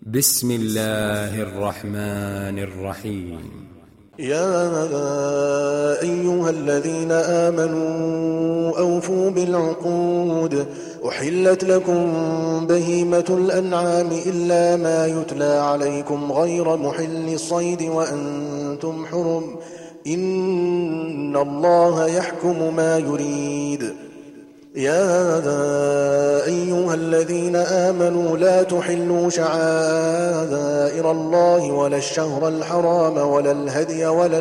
بسم الله الرحمن الرحيم. يا أيها الذين آمنوا أوفوا بالعقود. أحلت لكم بهيمة الأنعام إلا ما يتلى عليكم غير محل الصيد وأنتم حرم. إن الله يحكم ما يريد. يا أيها الذين آمنوا لا تحلوا شعائر الله ولا الشهر الحرام ولا الهدي ولا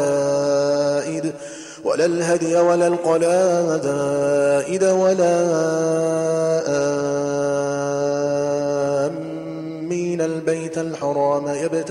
القلائد ولا آمين البيت الحرام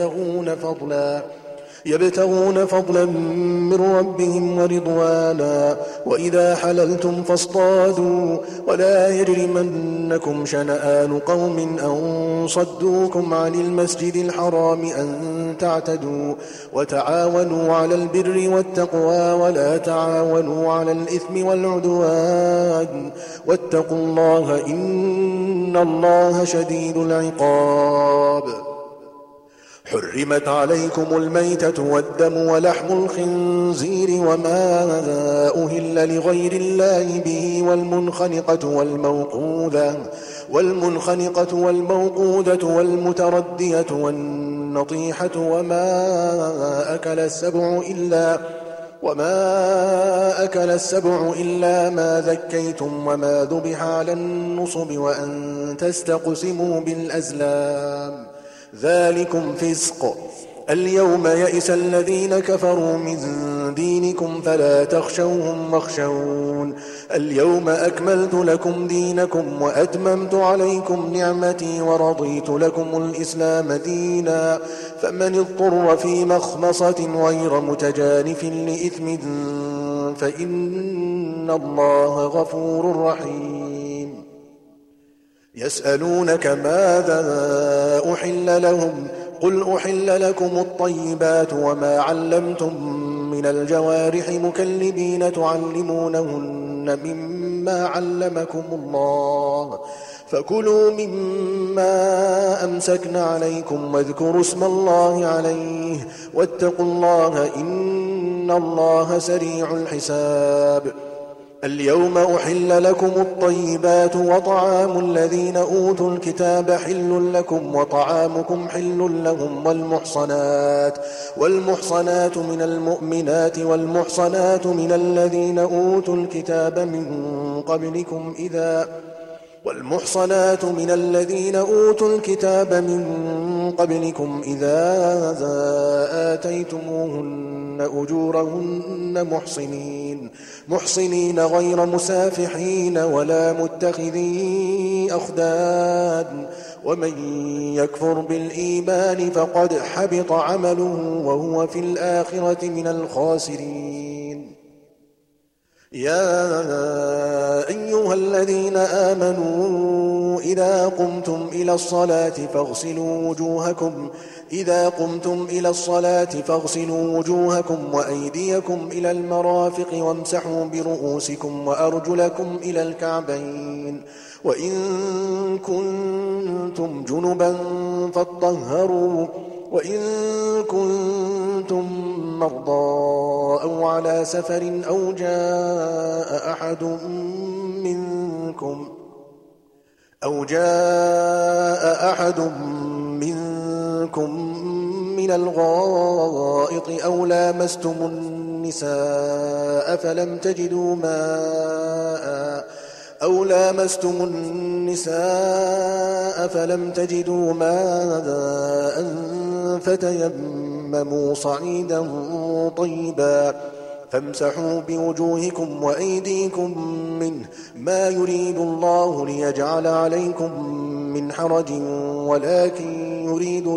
يبتغون فضلا من ربهم ورضوانا. وإذا حللتم فاصطادوا ولا يجرمنكم شنآن قوم أن صدوكم عن المسجد الحرام أن تعتدوا. وتعاونوا على البر والتقوى ولا تعاونوا على الإثم والعدوان. واتقوا الله إن الله شديد العقاب. حرمت عليكم الميتة والدم ولحم الخنزير وما أهل لغير الله به والمنخنقة والموقوذة والمتردية والنطيحة وما أكل السبع إلا ما ذكيتم وما ذبح على النصب وأن تستقسموا بالأزلام ذلكم فسق. اليوم يئس الذين كفروا من دينكم فلا تخشوهم واخشون. اليوم أكملت لكم دينكم وأتممت عليكم نعمتي ورضيت لكم الإسلام دينا. فمن اضطر في مخمصة غير متجانف لإثم فإن الله غفور رحيم. يسألونك ماذا أحل لهم قل أحل لكم الطيبات وما علمتم من الجوارح مكلبين تعلمونهن مما علمكم الله فكلوا مما أمسكن عليكم واذكروا اسم الله عليه واتقوا الله إن الله سريع الحساب. اليوم أحل لكم الطيبات وطعام الذين أوتوا الكتاب حل لكم وطعامكم حل لهم والمحصنات من المؤمنات والمحصنات من الذين أوتوا الكتاب من قبلكم إذا آتيتموهن أجورهن محصنين غير مسافحين ولا متخذي أخدان. ومن يكفر بالإيمان فقد حبط عمله وهو في الآخرة من الخاسرين. يا أيها الذين آمنوا إذا قمتم إلى الصلاة فاغسلوا وجوهكم وأيديكم إلى المرافق وامسحوا برؤوسكم وأرجلكم إلى الكعبين. وإن كنتم جنبا فاطهروا وإن كنتم مرضى أو على سفر أو جاء أحد منكم من الغائط أو لامستم النساء فلم تجدوا ماء فتيمموا صعيدا طيبا فامسحوا بوجوهكم وأيديكم منه ما يريد الله ليجعل عليكم من حرج ولكن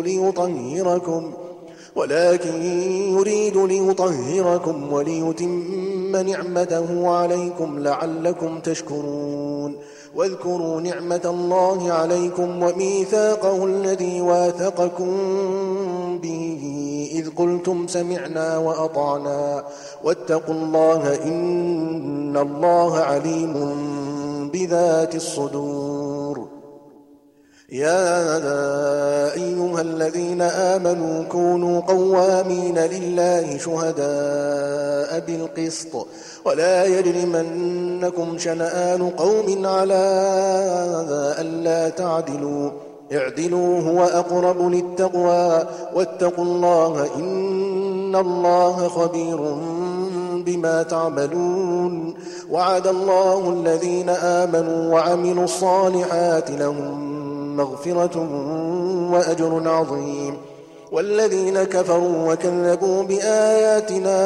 يريد ليطهركم وليتم نعمته عليكم لعلكم تشكرون. واذكروا نعمة الله عليكم وميثاقه الذي واثقكم به إذ قلتم سمعنا وأطعنا واتقوا الله إن الله عليم بذات الصدور. يا أيها الذين آمنوا كونوا قوامين لله شهداء بالقسط ولا يجرمنكم شنآن قوم على ألا تعدلوا اعدلوا هو أقرب للتقوى واتقوا الله إن الله خبير بما تعملون. وعد الله الذين آمنوا وعملوا الصالحات لهم مغفرة وأجر عظيم والذين كفروا وكذبوا بآياتنا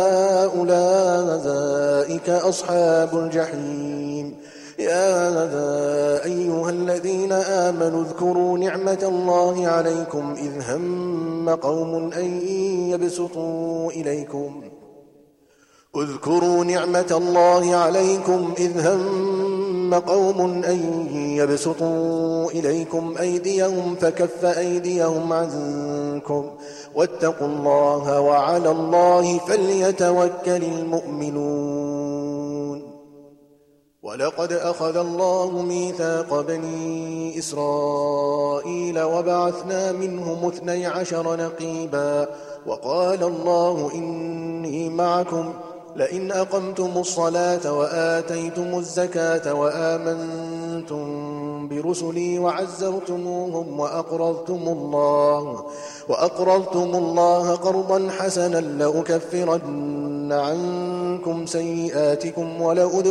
أولئك أصحاب الجحيم. يا أيها الذين آمنوا اذكروا نعمة الله عليكم إذ هم قوم أن يبسطوا إليكم اذكروا نعمة الله عليكم إذ هم قوم أن يبسطوا إليكم أيديهم فكف أيديهم عنكم واتقوا الله وعلى الله فليتوكل المؤمنون. ولقد أخذ الله ميثاق بني إسرائيل وبعثنا منهم 12 نقيبا وقال الله إني معكم لئن أقمتم الصلاة وآتيتم الزكاة وآمنتم برسلي وعزرتموهم وأقرضتم الله قرضا حسنا لأكفرن عنكم سيئاتكم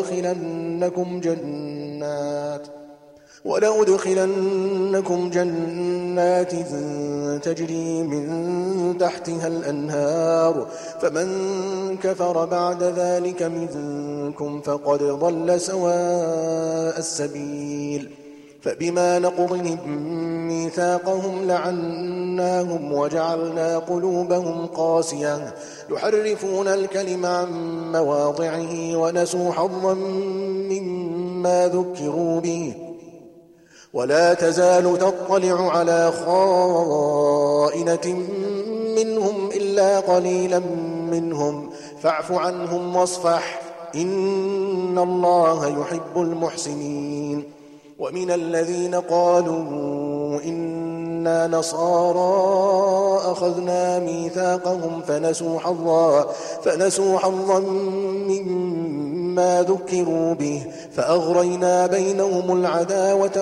ولأدخلنكم جنات تجري من تحتها الأنهار فمن كفر بعد ذلك منكم فقد ضل سواء السبيل. فبما نقضهم ميثاقهم لعناهم وجعلنا قلوبهم قاسية يحرفون الكلم عن مواضعه ونسوا حظا مما ذكروا به ولا تزال تطلع على خائنة منهم إلا قليلا منهم فاعف عنهم واصفح إن الله يحب المحسنين. ومن الذين قالوا إنا نصارى أخذنا ميثاقهم فنسوا حظا مما ذكروا به فأغرينا بينهم العداوة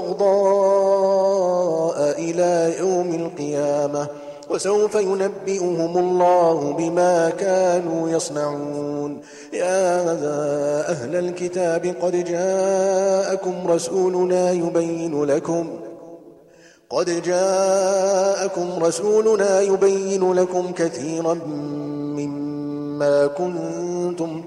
والبغضاء إلى يوم القيامة وسوف ينبئهم الله بما كانوا يصنعون. يا أهل الكتاب قد جاءكم رسولنا يبين لكم كثيرا مما كنتم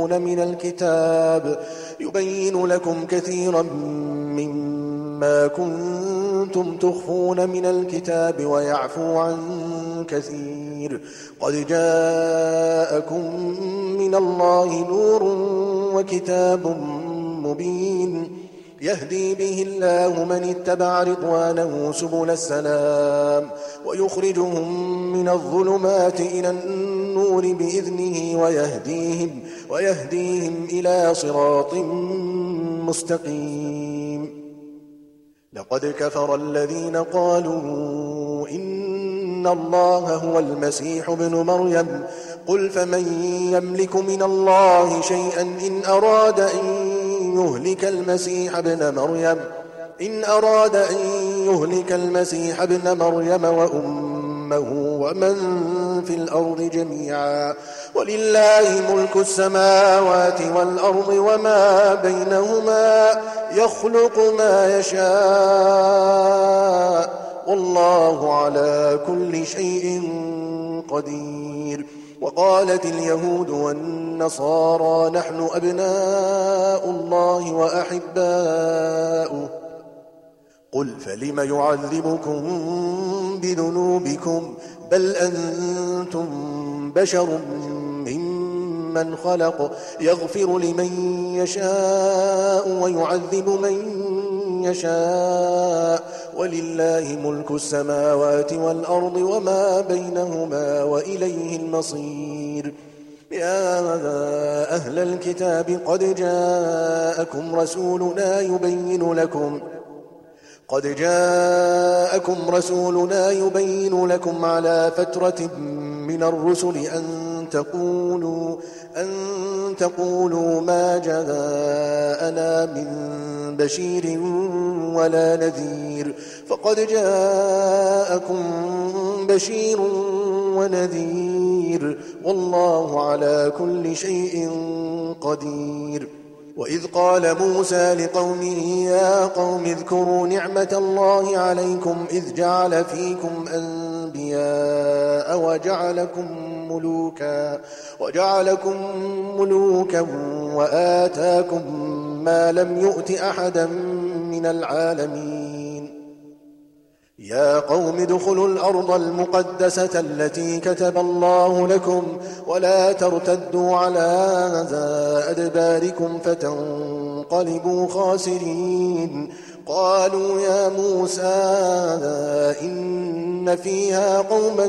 تخفون من الكتاب ويعفو عن كثير. قد جاءكم من الله نور وكتاب مبين يهدي به الله من اتبع رضوانه سبل السلام ويخرجهم من الظلمات إلى النور بإذنه ويهديهم إلى صراط مستقيم. لقد كفر الذين قالوا إن الله هو المسيح ابن مريم قل فمن يملك من الله شيئا إن أراد أن يهلك المسيح ابن مريم وأمه ومن في الأرض جميعا ولله ملك السماوات والأرض وما بينهما يخلق ما يشاء والله على كل شيء قدير. وقالت اليهود والنصارى نحن أبناء الله وأحباؤه قل فلم يعذبكم بذنوبكم بل أنتم بشر ممن خلق يغفر لمن يشاء ويعذب من يشاء ولله ملك السماوات والأرض وما بينهما وإليه المصير. يا أهل الكتاب قد جاءكم رسولنا قد جاءكم رسولنا يبين لكم على فترة من الرسل أن تقولوا ما جاءنا من بشير ولا نذير، فقد جاءكم بشير ونذير، والله على كل شيء قدير. وإذ قال موسى لقومه يا قوم اذكروا نعمة الله عليكم إذ جعل فيكم أنبياء وجعلكم ملوكا وآتاكم ما لم يؤت أحدا من العالمين. يا قوم ادخلوا الأرض المقدسة التي كتب الله لكم ولا ترتدوا على أدباركم فتنقلبوا خاسرين. قالوا يا موسى إن فيها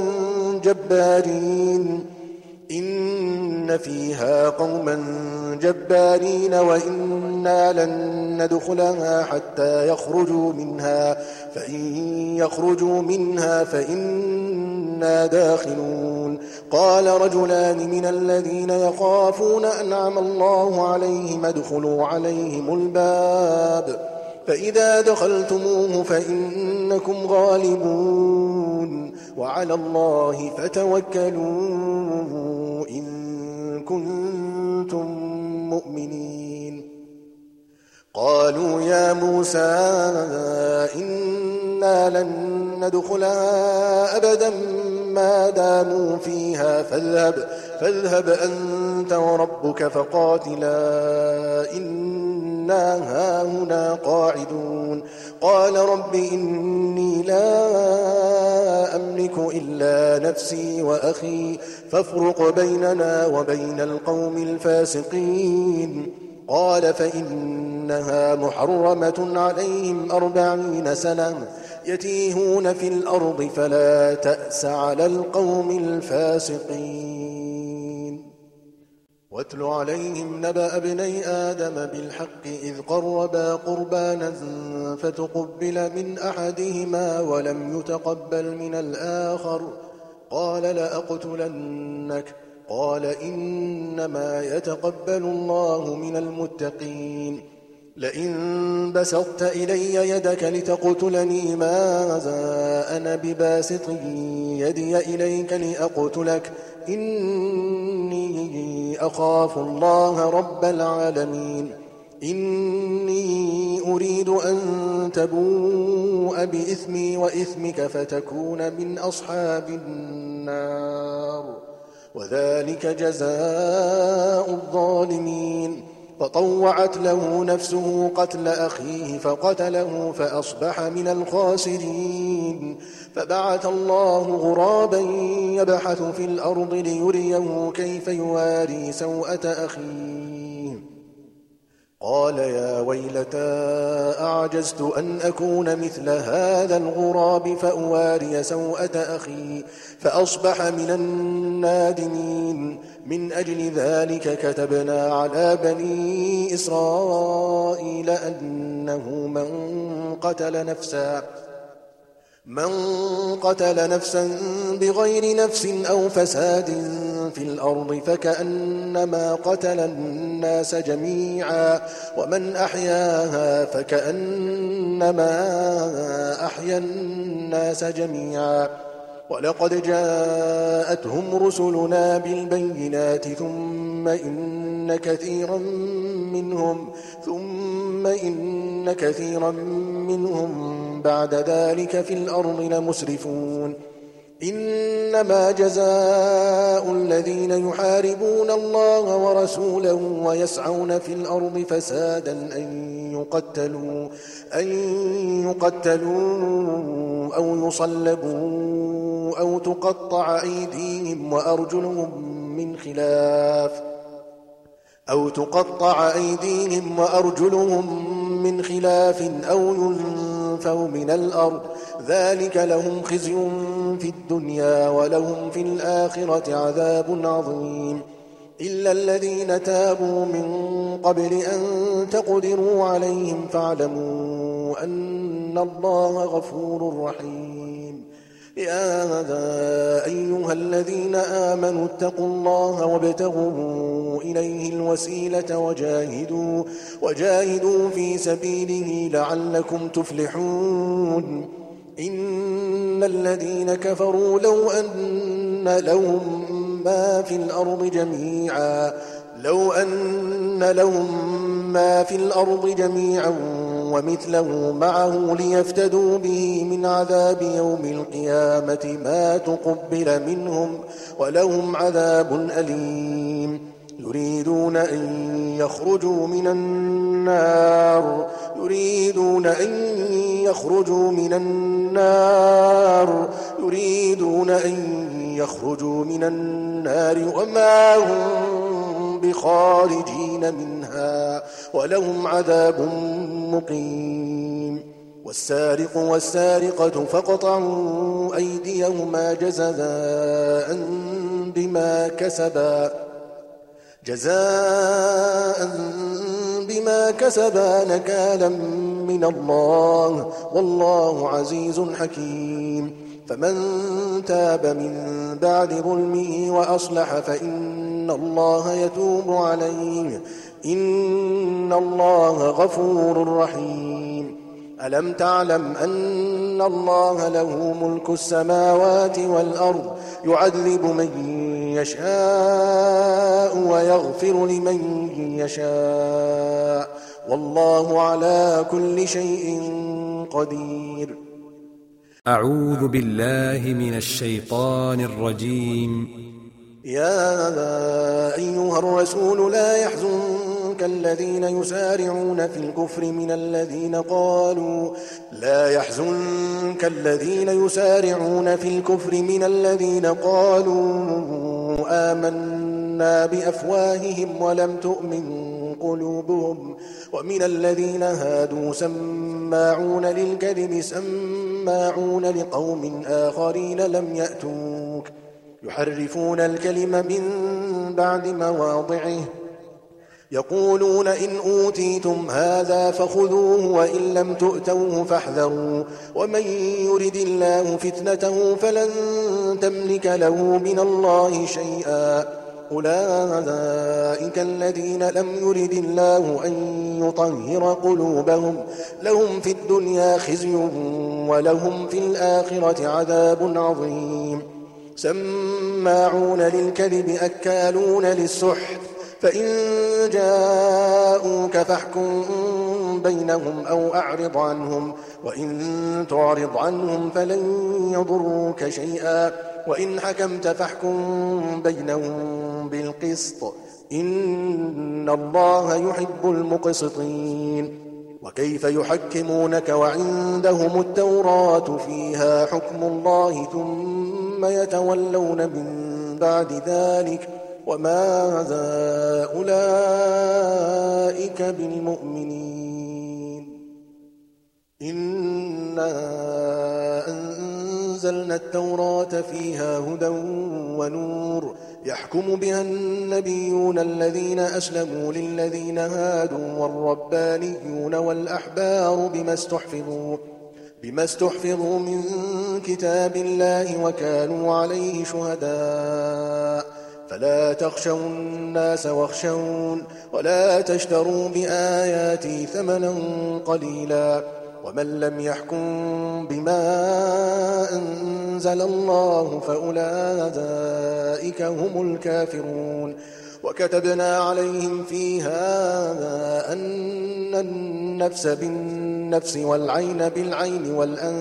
قوما جبارين وإنا لن ندخلها حتى يخرجوا منها، فإن يخرجوا منها فإنا داخلون. قال رجلان من الذين يخافون أنعم الله عليهم ادخلوا عليهم الباب فإذا دخلتموه فإنكم غالبون وعلى الله فتوكلوا إن كنتم مؤمنين. قالوا يا موسى إنا لن ندخلها أبدا ما داموا فيها فاذهب أنت وربك فقاتلا إنا هاهنا قاعدون. قال رب إني لا أملك إلا نفسي وأخي فافرق بيننا وبين القوم الفاسقين. قال فإنها محرمة عليهم 40 سنة يتيهون في الأرض فلا تأس على القوم الفاسقين. واتل عليهم نبأ ابني آدم بالحق إذ قربا قربانا فتقبل من أحدهما ولم يتقبل من الآخر قال لأقتلنك قال إنما يتقبل الله من المتقين. لئن بسطت إلي يدك لتقتلني ماذا أنا بباسط يدي إليك لأقتلك إني أخاف الله رب العالمين. إني أريد أن تبوء بإثمي وإثمك فتكون من أصحاب النار وذلك جزاء الظالمين. فطوعت له نفسه قتل أخيه فقتله فأصبح من الخاسرين. فبعث الله غرابا يبحث في الأرض ليريه كيف يواري سوءة أخيه قال يا ويلتى أعجزت أن أكون مثل هذا الغراب فأواري سوءة أخي فأصبح من النادمين. من أجل ذلك كتبنا على بني إسرائيل أنه من قتل نفسا بغير نفس أو فساد في الأرض فكأنما قتل الناس جميعا ومن أحياها فكأنما أحيا الناس جميعا. ولقد جاءتهم رسلنا بالبينات ثم إن كثيرا منهم بعد ذلك في الأرض لمسرفون. إنما جزاء الذين يحاربون الله ورسوله ويسعون في الأرض فسادا أن يقتلوا أو يصلبوا أو تقطع أيديهم وأرجلهم من خلاف أو ينفوا من الأرض ذلك لهم خزي في الدنيا ولهم في الآخرة عذاب عظيم. إلا الذين تابوا من قبل أن تقدروا عليهم فاعلموا أن الله غفور رحيم. يا أيها الذين آمنوا اتقوا الله وابتغوا إليه الوسيلة وجاهدوا في سبيله لعلكم تفلحون. إن الذين كفروا لو أن لهم ما في الأرض جميعا ومثله معه ليفتدوا به من عذاب يوم القيامة ما تقبل منهم ولهم عذاب أليم. يريدون أن يخرجوا من النار وما هم بخارجين منها ولهم عذاب مقيم. والسارق والسارقة فاقطعوا أيديهما جزاء بما كسبا نكالا من الله والله عزيز حكيم. فمن تاب من بعد ظلمه وأصلح فإن الله يتوب عليه إن الله غفور رحيم. ألم تعلم أن الله له ملك السماوات والأرض يعذب من يشاء ويغفر لمن يشاء والله على كل شيء قدير. أعوذ بالله من الشيطان الرجيم. يا أيها الرسول لا يحزنك الذين يسارعون في الكفر من الذين قالوا آمنا بأفواههم ولم تؤمن قلوبهم ومن الذين هادوا سماعون للكذب سماعون لقوم آخرين لم يأتوك يحرفون الكلم من بعد مواضعه يقولون إن أوتيتم هذا فخذوه وإن لم تؤتوه فاحذروا ومن يرد الله فتنته فلن تملك له من الله شيئا أولئك الذين لم يرد الله أن يطهر قلوبهم لهم في الدنيا خزي ولهم في الآخرة عذاب عظيم. سماعون للكذب أكالون للسحت فإن جاءوك فاحكم بينهم أو أعرض عنهم وإن تعرض عنهم فلن يضروك شيئا وإن حكمت فاحكم بينهم بالقسط إن الله يحب المقسطين. وكيف يحكمونك وعندهم التوراة فيها حكم الله ثم يتولون من بعد ذلك وما أولئك بالمؤمنين. إنا أنزلنا التوراة فيها هدى ونور يحكم بها النبيون الذين أسلموا للذين هادوا والربانيون والأحبار بما استحفظوا من كتاب الله وكانوا عليه شهداء فلا تخشوا الناس واخشون ولا تشتروا بآياتي ثمنا قليلا ومن لم يحكم بما أنزل الله فأولئك هم الكافرون. وكتبنا عليهم فيها أن النفس بالنفس والعين بالعين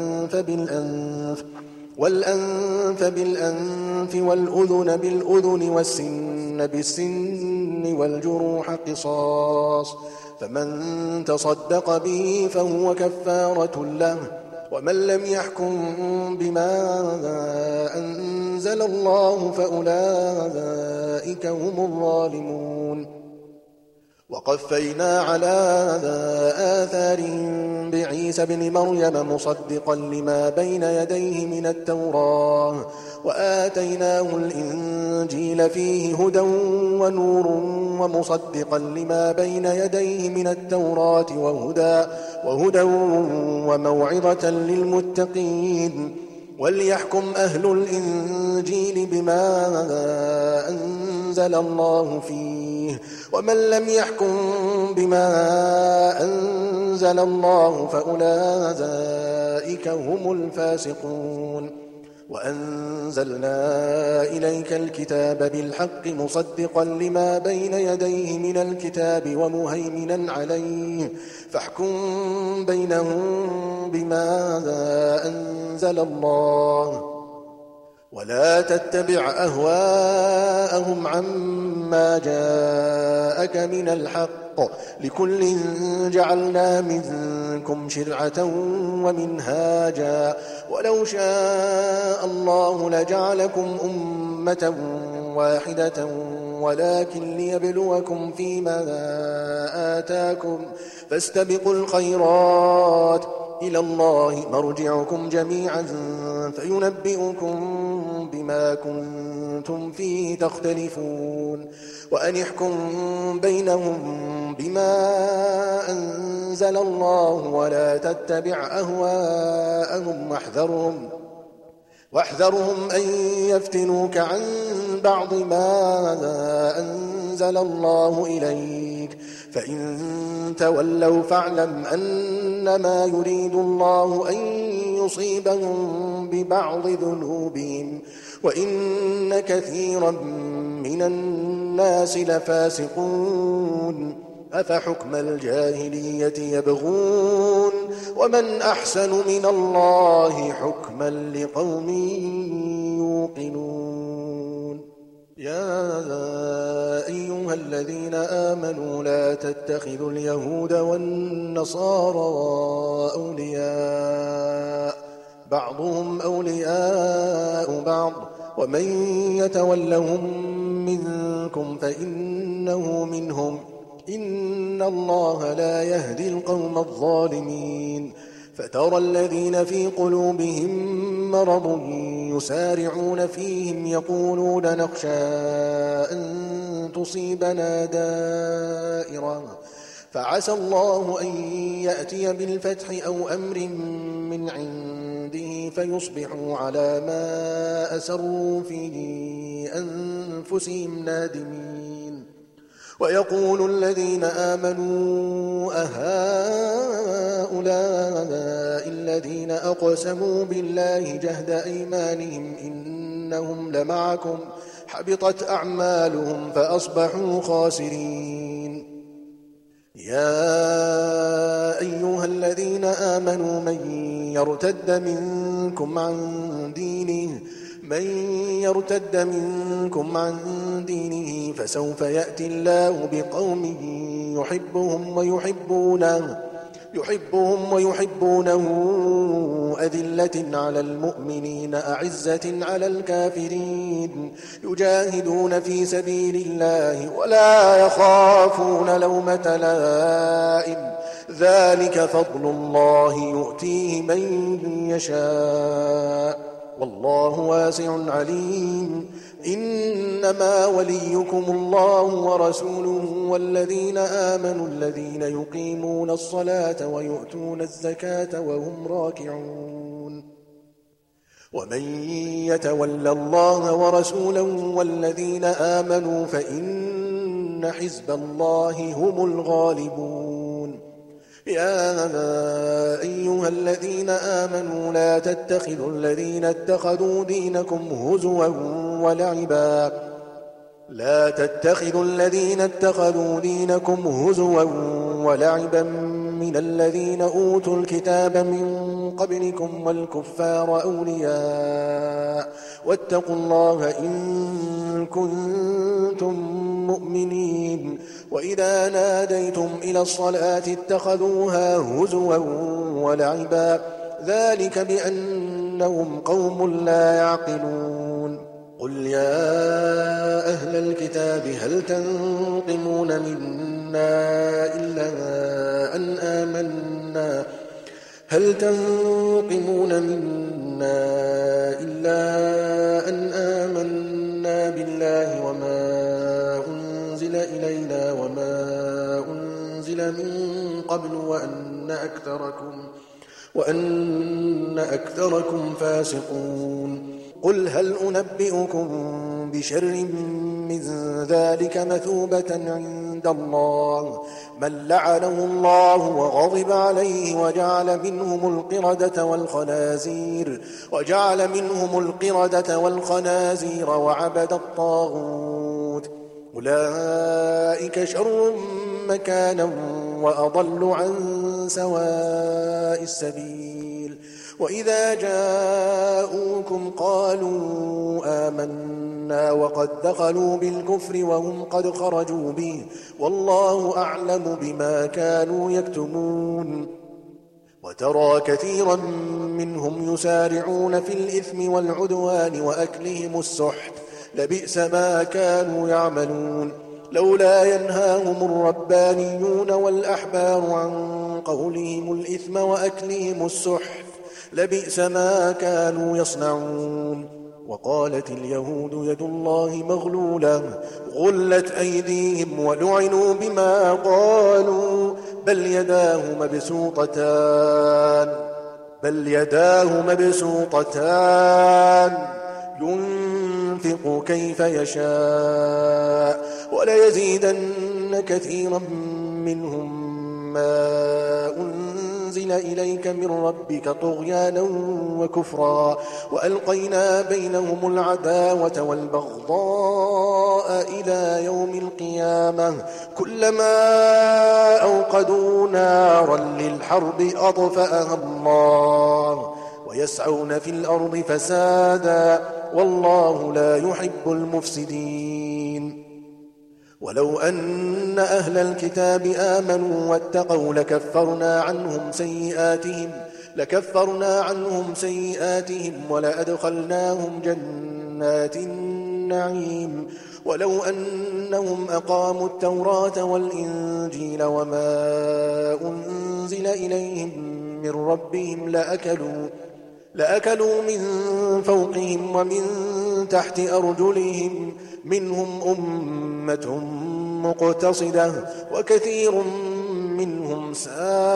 والأنف بالأنف والأذن بالأذن والسن بالسن والجروح قصاص فمن تصدق به فهو كفارة له ومن لم يحكم بما أنزل الله فأولئك هم الظالمون. وقفينا على آثارهم بعيسى ابن مريم مصدقا لما بين يديه من التوراة وآتيناه الإنجيل فيه هدى ونور ومصدقا لما بين يديه من التوراة وهدى وموعظة للمتقين وليحكم أهل الإنجيل بما أنزل الله فيه ومن لم يحكم بما أنزل الله فأولئك هم الفاسقون وأنزلنا إليك الكتاب بالحق مصدقا لما بين يديه من الكتاب ومهيمنا عليه فاحكم بينهم بما أنزل الله ولا تتبع أهواءهم عما جاءك من الحق لكل جعلنا منكم شرعة ومنهاجا ولو شاء الله لجعلكم أمة واحدة ولكن ليبلوكم فيما آتاكم فاستبقوا الخيرات إلى الله مرجعكم جميعا فينبئكم بما كنتم فيه تختلفون وأن احكم بينهم بما أنزل الله ولا تتبع أهواءهم واحذرهم أن يفتنوك عن بعض ما أنزل الله إليك فإن تولوا فاعلم أنما يريد الله أن يصيبهم ببعض ذنوبهم وإن كثيرا من الناس لفاسقون أفحكم الجاهلية يبغون ومن أحسن من الله حكما لقوم يوقنون يا أيها الذين آمنوا لا تتخذوا اليهود والنصارى أولياء بعضهم أولياء بعض ومن يتولهم منكم فإنه منهم إن الله لا يهدي القوم الظالمين فترى الذين في قلوبهم مرض يسارعون فيهم يقولون نخشى أن تصيبنا دائرة فعسى الله أن يأتي بالفتح أو أمر من عنده فيصبحوا على ما أسروا في أنفسهم نادمين ويقول الذين آمنوا أهؤلاء الذين أقسموا بالله جهد أيمانهم إنهم لمعكم حبطت أعمالهم فأصبحوا خاسرين يا أيها الذين آمنوا من يرتد منكم عن دينه فسوف يأتي الله بقوم يحبهم ويحبونه أذلة على المؤمنين أعزة على الكافرين يجاهدون في سبيل الله ولا يخافون لومة لائم ذلك فضل الله يؤتيه من يشاء والله واسع عليم إنما وليكم الله ورسوله والذين آمنوا الذين يقيمون الصلاة ويؤتون الزكاة وهم راكعون ومن يتول الله ورسوله والذين آمنوا فإن حزب الله هم الغالبون يا أيها الذين آمنوا لا تتخذوا الذين اتخذوا دينكم هزوا ولعبا من الذين أوتوا الكتاب من قبلكم والكفار أولياء واتقوا الله إن كنتم مؤمنين وإذا ناديتم إلى الصلاة اتخذوها هزوا ولعبا ذلك بأنهم قوم لا يعقلون قل يا أهل الكتاب هل تنقمون منا هل تنقمون منا إلا أن آمنا بالله وما أنزل إلينا وما أنزل من قبل وأن أكثركم فاسقون. قل هل أنبئكم بشر من ذلك مثوبة عند الله من لعنه الله وغضب عليه وجعل منهم القردة والخنازير وعبد الطاغوت أولئك شر مكانا وأضل عن سواء السبيل. وإذا جاءوكم قالوا آمنا وقد دخلوا بالكفر وهم قد خرجوا به والله أعلم بما كانوا يكتمون. وترى كثيرا منهم يسارعون في الإثم والعدوان وأكلهم السحت لبئس ما كانوا يعملون. لولا ينهاهم الربانيون والأحبار عن قولهم الإثم وأكلهم السحت لبئس ما كانوا يصنعون. وقالت اليهود يد الله مغلولة غلت أيديهم ولعنوا بما قالوا بل يداه مبسوطتان ينفق كيف يشاء وليزيدن كثيرا منهم ما أنزل إليك من ربك طغيانا وكفرا وألقينا بينهم العداوة والبغضاء إلى يوم القيامة كلما أوقدوا نارا للحرب أطفأها الله ويسعون في الأرض فسادا والله لا يحب المفسدين. ولو أن أهل الكتاب آمنوا واتقوا لكفرنا عنهم سيئاتهم ولأدخلناهم جنات النعيم. ولو أنهم أقاموا التوراة والإنجيل وما أنزل إليهم من ربهم لأكلوا من فوقهم ومن تحت أرجلهم منهم أمة مقتصدة وكثير منهم ساء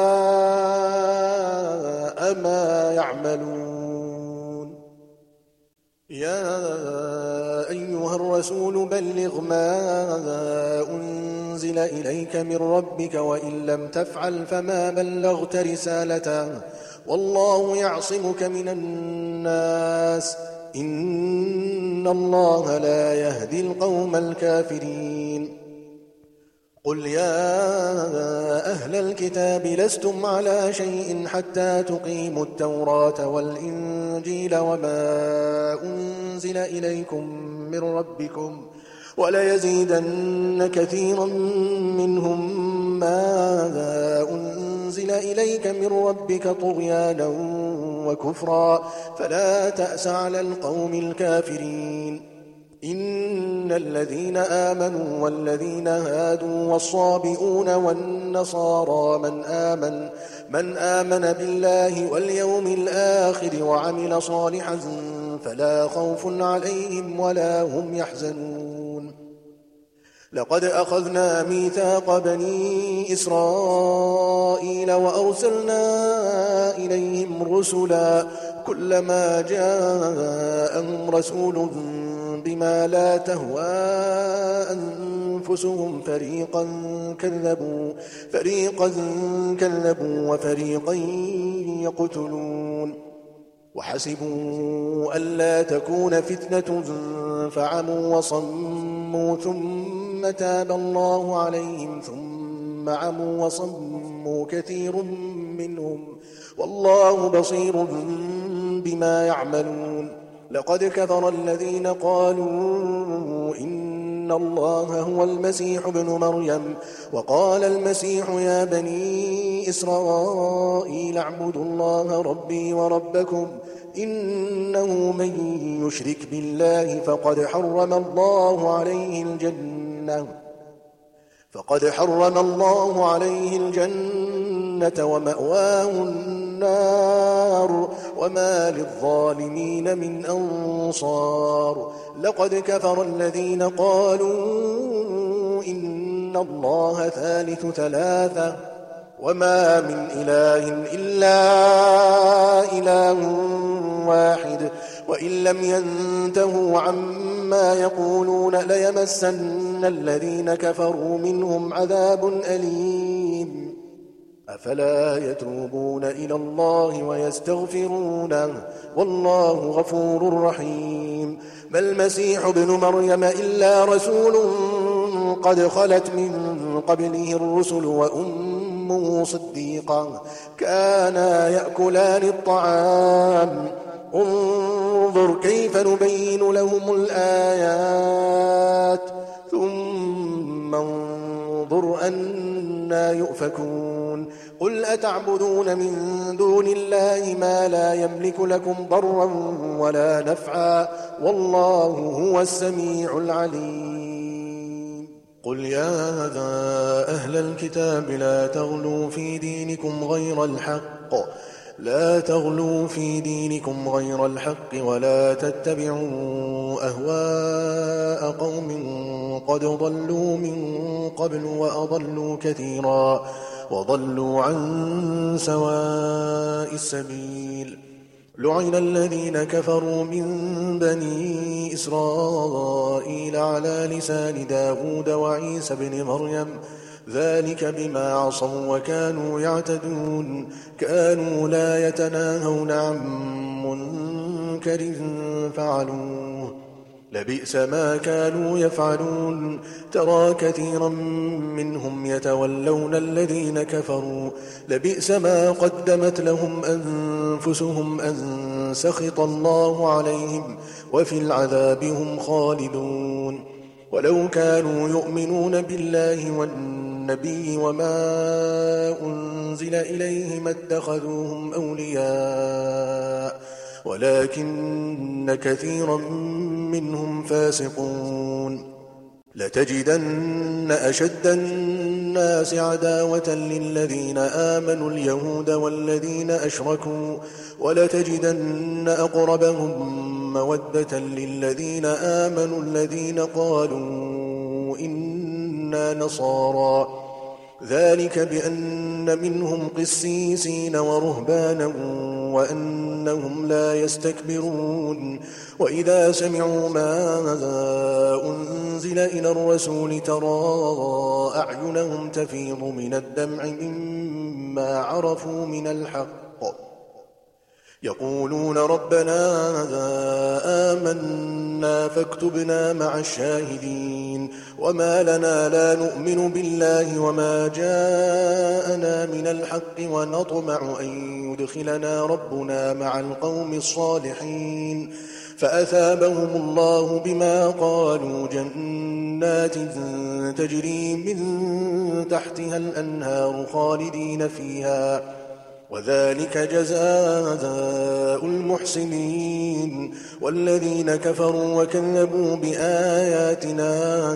ما يعملون. يا أيها الرسول بلغ ما أنزل إليك من ربك وإن لم تفعل فما بلغت رسالته والله يعصمك من الناس إن الله لا يهدي القوم الكافرين. قل يا أهل الكتاب لستم على شيء حتى تقيموا التوراة والإنجيل وما أنزل إليكم من ربكم وليزيدن كثيرا منهم ما أنزل إليك من ربك طغيانا وكفرا فلا تأس على القوم الكافرين. إن الذين آمنوا والذين هادوا والصابئون والنصارى من آمن بالله واليوم الآخر وعمل صالحا فلا خوف عليهم ولا هم يحزنون. لقد أخذنا ميثاق بني إسرائيل وأرسلنا إليهم رسلا كلما جاءهم رسول بما لا تهوى أنفسهم فريقا كذبوا وفريقا يقتلون. وحسبوا ألا تكون فتنة فعموا وصموا ثم تاب الله عليهم ثم عموا وصموا كثير منهم والله بصير بما يعملون. لقد كفر الذين قالوا إن الله هو المسيح ابن مريم وقال المسيح يا بني إسرائيل اعبدوا الله ربي وربكم إنه من يشرك بالله فقد حرم الله عليه الجنة فقد حرم الله عليه الجنة ومأواه النار وما للظالمين من أنصار. لقد كفر الذين قالوا إن الله ثالث ثلاثة وما من إله إلا إله واحد وإن لم ينتهوا عما يقولون ليمسن الذين كفروا منهم عذاب أليم. أفلا يتوبون إلى الله ويستغفرونه والله غفور رحيم. ما المسيح ابن مريم إلا رسول قد خلت من قبله الرسل وأمه صديقة كانا يأكلان الطعام انظر كيف نبين لهم الآيات ثم انظر أنى يؤفكون. قل أتعبدون من دون الله ما لا يملك لكم ضرا ولا نفعا والله هو السميع العليم. قل يا أهل الكتاب لا تغلوا في دينكم غير الحق ولا تتبعوا أهواء قوم قد ضلوا من قبل وأضلوا كثيرا وضلوا عن سواء السبيل. لعن الذين كفروا من بني إسرائيل على لسان داود وعيسى بن مريم ذلك بما عصوا وكانوا يعتدون. كانوا لا يتناهون عن منكر فعلوه لبئس ما كانوا يفعلون. ترى كثيرا منهم يتولون الذين كفروا لبئس ما قدمت لهم أنفسهم أن سخط الله عليهم وفي العذاب هم خالدون. ولو كانوا يؤمنون بالله والنبي وما أنزل إليه ما اتخذوهم أولياء ولكن كثيرا منهم فاسقون. لتجدن أشد الناس عداوة للذين آمنوا اليهود والذين أشركوا ولتجدن أقربهم مودة للذين آمنوا الذين قالوا إنا نصارى ذلك بأن منهم قسيسين ورهبانا وأنهم لا يستكبرون. وإذا سمعوا ما أنزل إلى الرسول ترى أعينهم تفيض من الدمع مما عرفوا من الحق يقولون ربنا آمنا فاكتبنا مع الشاهدين. وما لنا لا نؤمن بالله وما جاءنا من الحق ونطمع أن يدخلنا ربنا مع القوم الصالحين. فأثابهم الله بما قالوا جنات تجري من تحتها الأنهار خالدين فيها وذلك جزاء المحسنين. والذين كفروا وكذبوا بآياتنا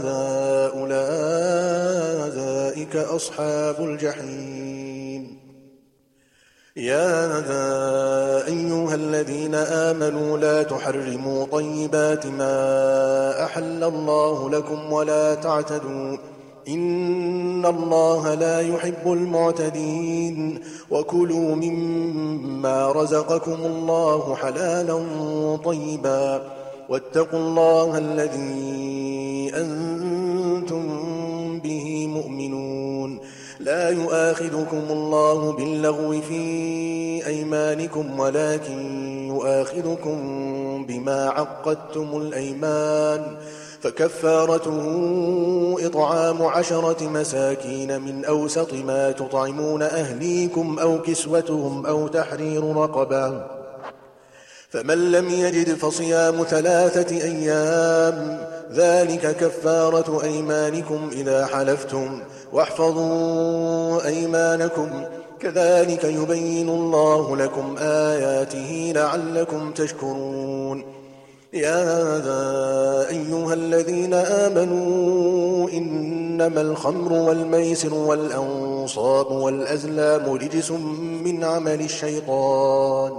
أولئك أصحاب الجحيم. يا أيها الذين آمنوا لا تحرموا طيبات ما أحل الله لكم ولا تعتدوا إن الله لا يحب المعتدين. وكلوا مما رزقكم الله حلالا طيبا واتقوا الله الذي أنتم به مؤمنون. لا يؤاخذكم الله باللغو في أيمانكم ولكن يؤاخذكم بما عقدتم الأيمان فكفارته إطعام 10 مساكين من أوسط ما تطعمون أهليكم أو كسوتهم أو تحرير رقبة فمن لم يجد فصيام 3 أيام ذلك كفارة أيمانكم إذا حلفتم واحفظوا أيمانكم كذلك يبين الله لكم آياته لعلكم تشكرون. يا أيها الذين آمنوا إن إنما الخمر والميسر والأنصاب والأزلام رجس من عمل الشيطان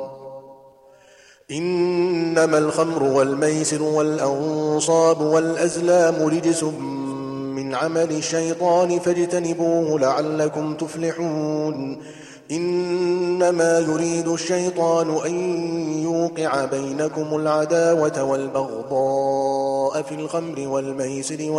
إنما الخمر والميسر والأنصاب والأزلام رجس من عمل الشيطان فاجتنبوه لعلكم تفلحون إنما يريد الشيطان أن يوقع بينكم العداوة والبغضاء في الخمر والميسر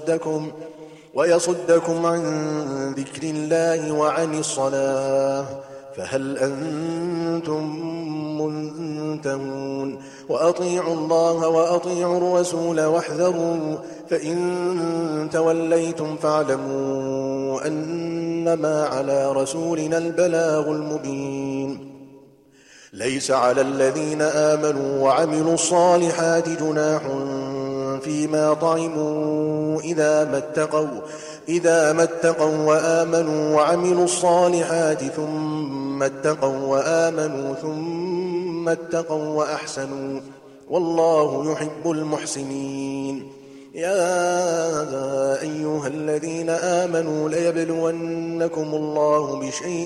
ويصدكم عن ذكر الله وعن الصلاة فهل أنتم منتهون وأطيعوا الله وأطيعوا الرسول واحذروا فإن توليتم فاعلموا أنما على رسولنا البلاغ المبين ليس على الذين آمنوا وعملوا الصالحات جناح فيما طعموا إذا ما اتقوا وآمنوا وعملوا الصالحات ثم اتقوا وآمنوا ثم اتقوا وأحسنوا والله يحب المحسنين يا أيها الذين آمنوا ليبلونكم الله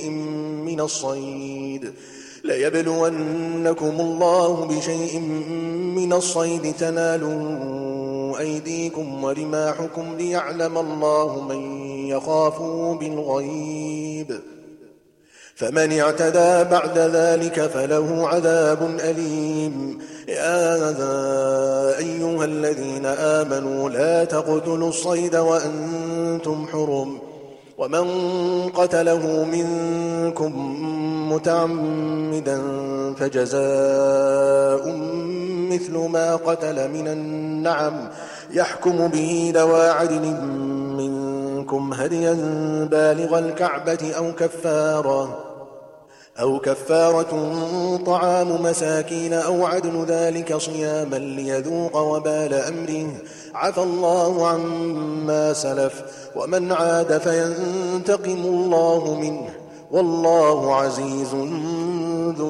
بشيء من الصيد تنالوا أيديكم ورماحكم ليعلم الله من يخافه بالغيب فمن اعتدى بعد ذلك فله عذاب أليم يا أيها الذين آمنوا لا تقتلوا الصيد وأنتم حرم ومن قتله منكم متعمدا فجزاء مثل ما قتل من النعم يحكم به ذوى عدل منكم هديا بالغ الكعبة أو كفارة طعام مساكين أو عدل ذلك صياما ليذوق وبال أمره عفى الله عما سلف ومن عاد فينتقم الله منه والله عزيز ذو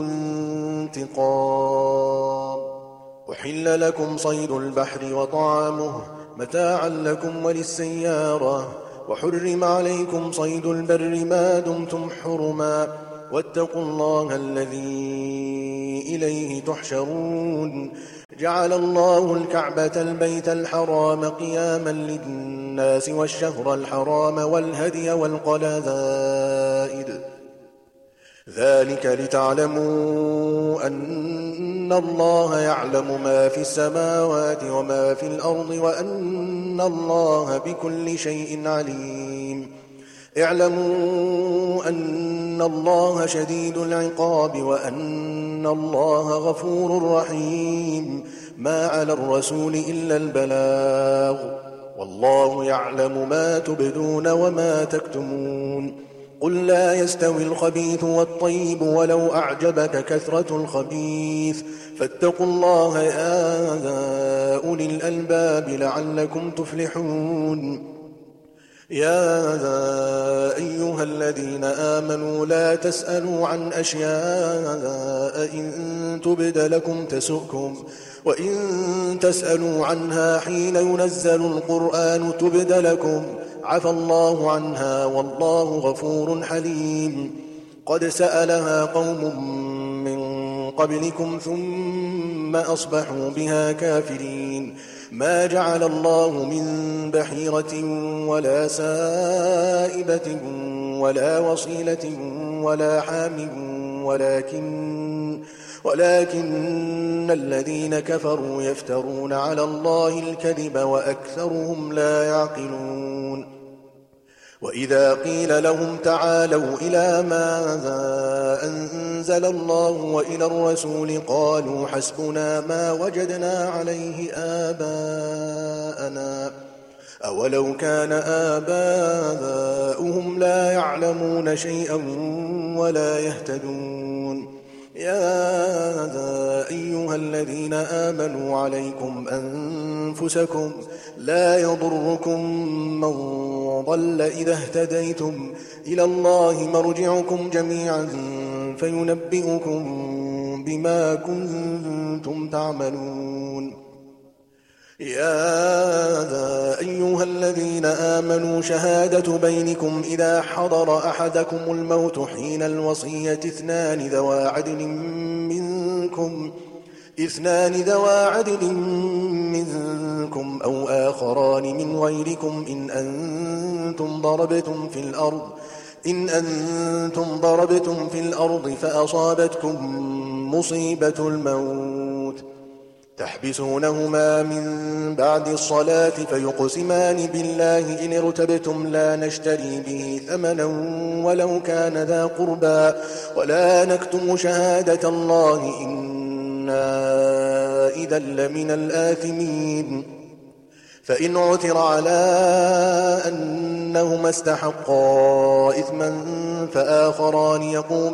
انتقام أحل لكم صيد البحر وطعامه متاعا لكم وللسيارة وحرم عليكم صيد البر ما دمتم حرما واتقوا الله الذي إليه تحشرون جعل الله الكعبة البيت الحرام قياما للناس والشهر الحرام والهدي والقلائد ذلك لتعلموا أن الله يعلم ما في السماوات وما في الأرض وأن الله بكل شيء عليم اعلموا أن الله شديد العقاب وأن الله غفور رحيم ما على الرسول إلا البلاغ والله يعلم ما تبدون وما تكتمون قل لا يستوي الخبيث والطيب ولو أعجبك كثرة الخبيث فاتقوا الله يا أولي الألباب لعلكم تفلحون يا أيها الذين آمنوا لا تسألوا عن أشياء إن تبد لكم تسؤكم وإن تسألوا عنها حين ينزل القرآن تبد لكم عفى الله عنها والله غفور حليم قد سألها قوم من قبلكم ثم أصبحوا بها كافرين ما جعل الله من بحيرة ولا سائبة ولا وصيلة ولا حام ولكن الذين كفروا يفترون على الله الكذب وأكثرهم لا يعقلون وإذا قيل لهم تعالوا إلى ما أنزل الله وإلى الرسول قالوا حسبنا ما وجدنا عليه آباءنا أولو كان آباؤهم لا يعلمون شيئا ولا يهتدون يا أيها الذين آمنوا عليكم أنفسكم لا يضركم من ضل إذا اهتديتم إلى الله مرجعكم جميعا فينبئكم بما كنتم تعملون يا أيها الذين آمنوا شهادة بينكم إذا حضر أحدكم الموت حين الوصية اثنان ذوا عدل منكم أو آخران من غيركم إن أنتم ضربتم في الأرض فأصابتكم مصيبة الموت تحبسونهما من بعد الصلاة فيقسمان بالله إن ارتبتم لا نشتري به ثمنا ولو كان ذا قربى ولا نكتم شهادة الله إنا إذا لمن الآثمين فإن عثر على أنهما استحقا إثما فآخران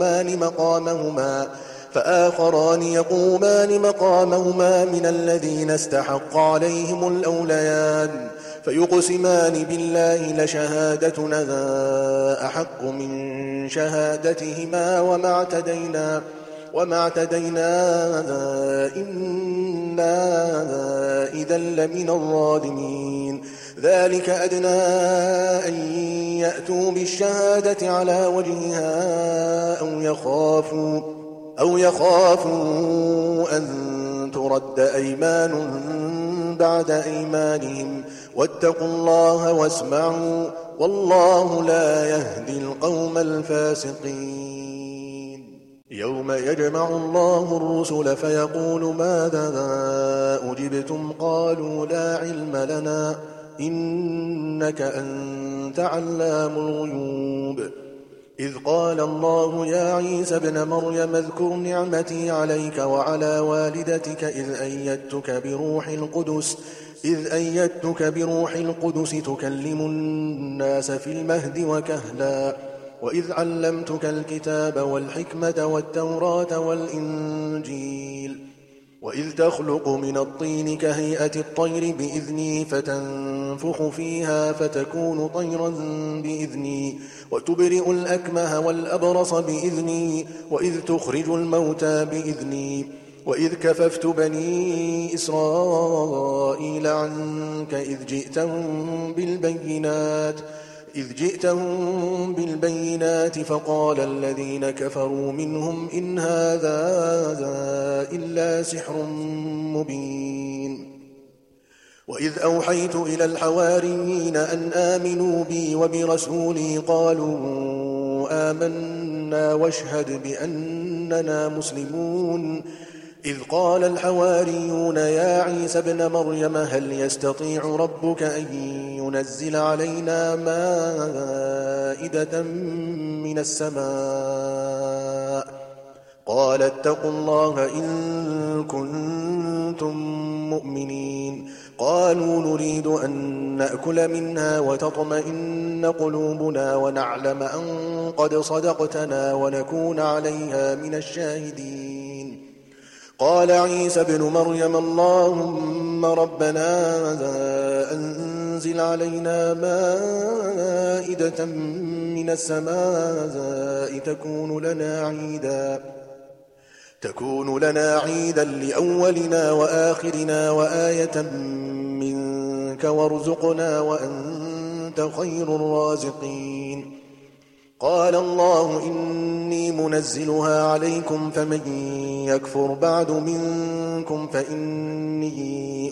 يقومان مقامهما من الذين استحق عليهم الأوليان فيقسمان بالله لشهادتنا أحق من شهادتهما وما اعتدينا إنا إذا لمن الظالمين ذلك أدنى أن يأتوا بالشهادة على وجهها أو يخافوا أن ترد أيمان بعد أيمانهم واتقوا الله واسمعوا والله لا يهدي القوم الفاسقين يوم يجمع الله الرسل فيقول ماذا أجبتم قالوا لا علم لنا إنك أنت علام الغيوب إذ قال الله يا عيسى ابن مريم اذكر نعمتي عليك وعلى والدتك إذ أيدتك بروح القدس تكلم الناس في المهد وكهلا وإذ علمتك الكتاب والحكمة والتوراة والإنجيل وإذ تخلق من الطين كهيئة الطير بإذني فتنفخ فيها فتكون طيرا بإذني وتبرئ الأكمه والأبرص بإذني وإذ تخرج الموتى بإذني وإذ كففت بني إسرائيل عنك إذ جئتهم بالبينات فقال الذين كفروا منهم إن هذا إلا سحر مبين وإذ أوحيت إلى الحواريين أن آمنوا بي وبرسولي قالوا آمنا واشهد بأننا مسلمون إذ قال الحواريون يا عيسى ابن مريم هل يستطيع ربك أن ينزل علينا مائدة من السماء قال اتقوا الله إن كنتم مؤمنين قالوا نريد أن نأكل منها وتطمئن قلوبنا ونعلم أن قد صدقتنا ونكون عليها من الشاهدين قال عيسى ابن مريم اللهم ربنا أنزل علينا مائدة من السماء تكون لنا عيدا لأولنا وآخرنا وآية منك وارزقنا وأنت خير الرازقين قال الله إني منزلها عليكم فمن يكفر بعد منكم فإني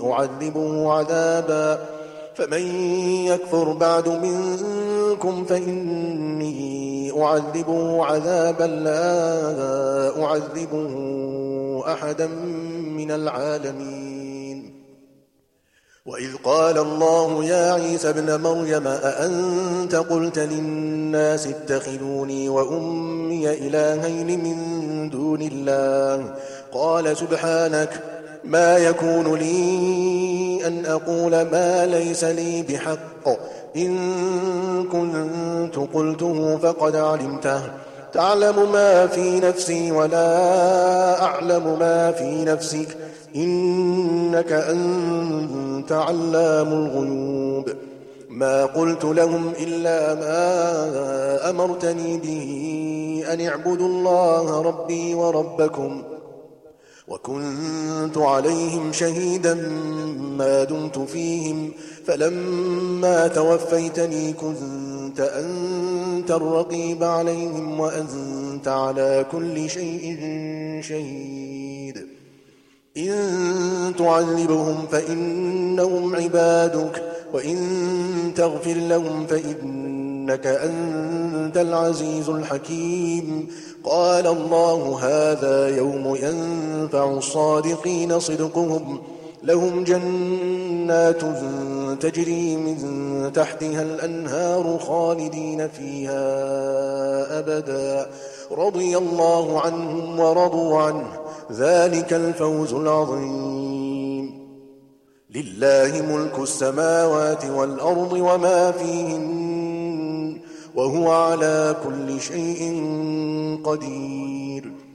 أعذبه عذابا لا أعذبه أحدا من العالمين وإذ قال الله يا عيسى ابن مريم أأنت قلت للناس اتخذوني وأمي إلهين من دون الله قال سبحانك ما يكون لي أن أقول ما ليس لي بحق إن كنت قلته فقد علمته تعلم ما في نفسي ولا أعلم ما في نفسك إنك أنت علام الغيوب ما قلت لهم إلا ما أمرتني به أن اعبدوا الله ربي وربكم وكنت عليهم شهيدا ما دمت فيهم فلما توفيتني كنت أنت الرقيب عليهم وأنت على كل شيء شهيد إن تعذبهم فإنهم عبادك وإن تغفر لهم فإنك أنت العزيز الحكيم قال الله هذا يوم ينفع الصادقين صدقهم لهم جنات تجري من تحتها الأنهار خالدين فيها أبدا رضي الله عنهم ورضوا عنه ذلك الفوز العظيم لله ملك السماوات والأرض وما فيهن وهو على كل شيء قدير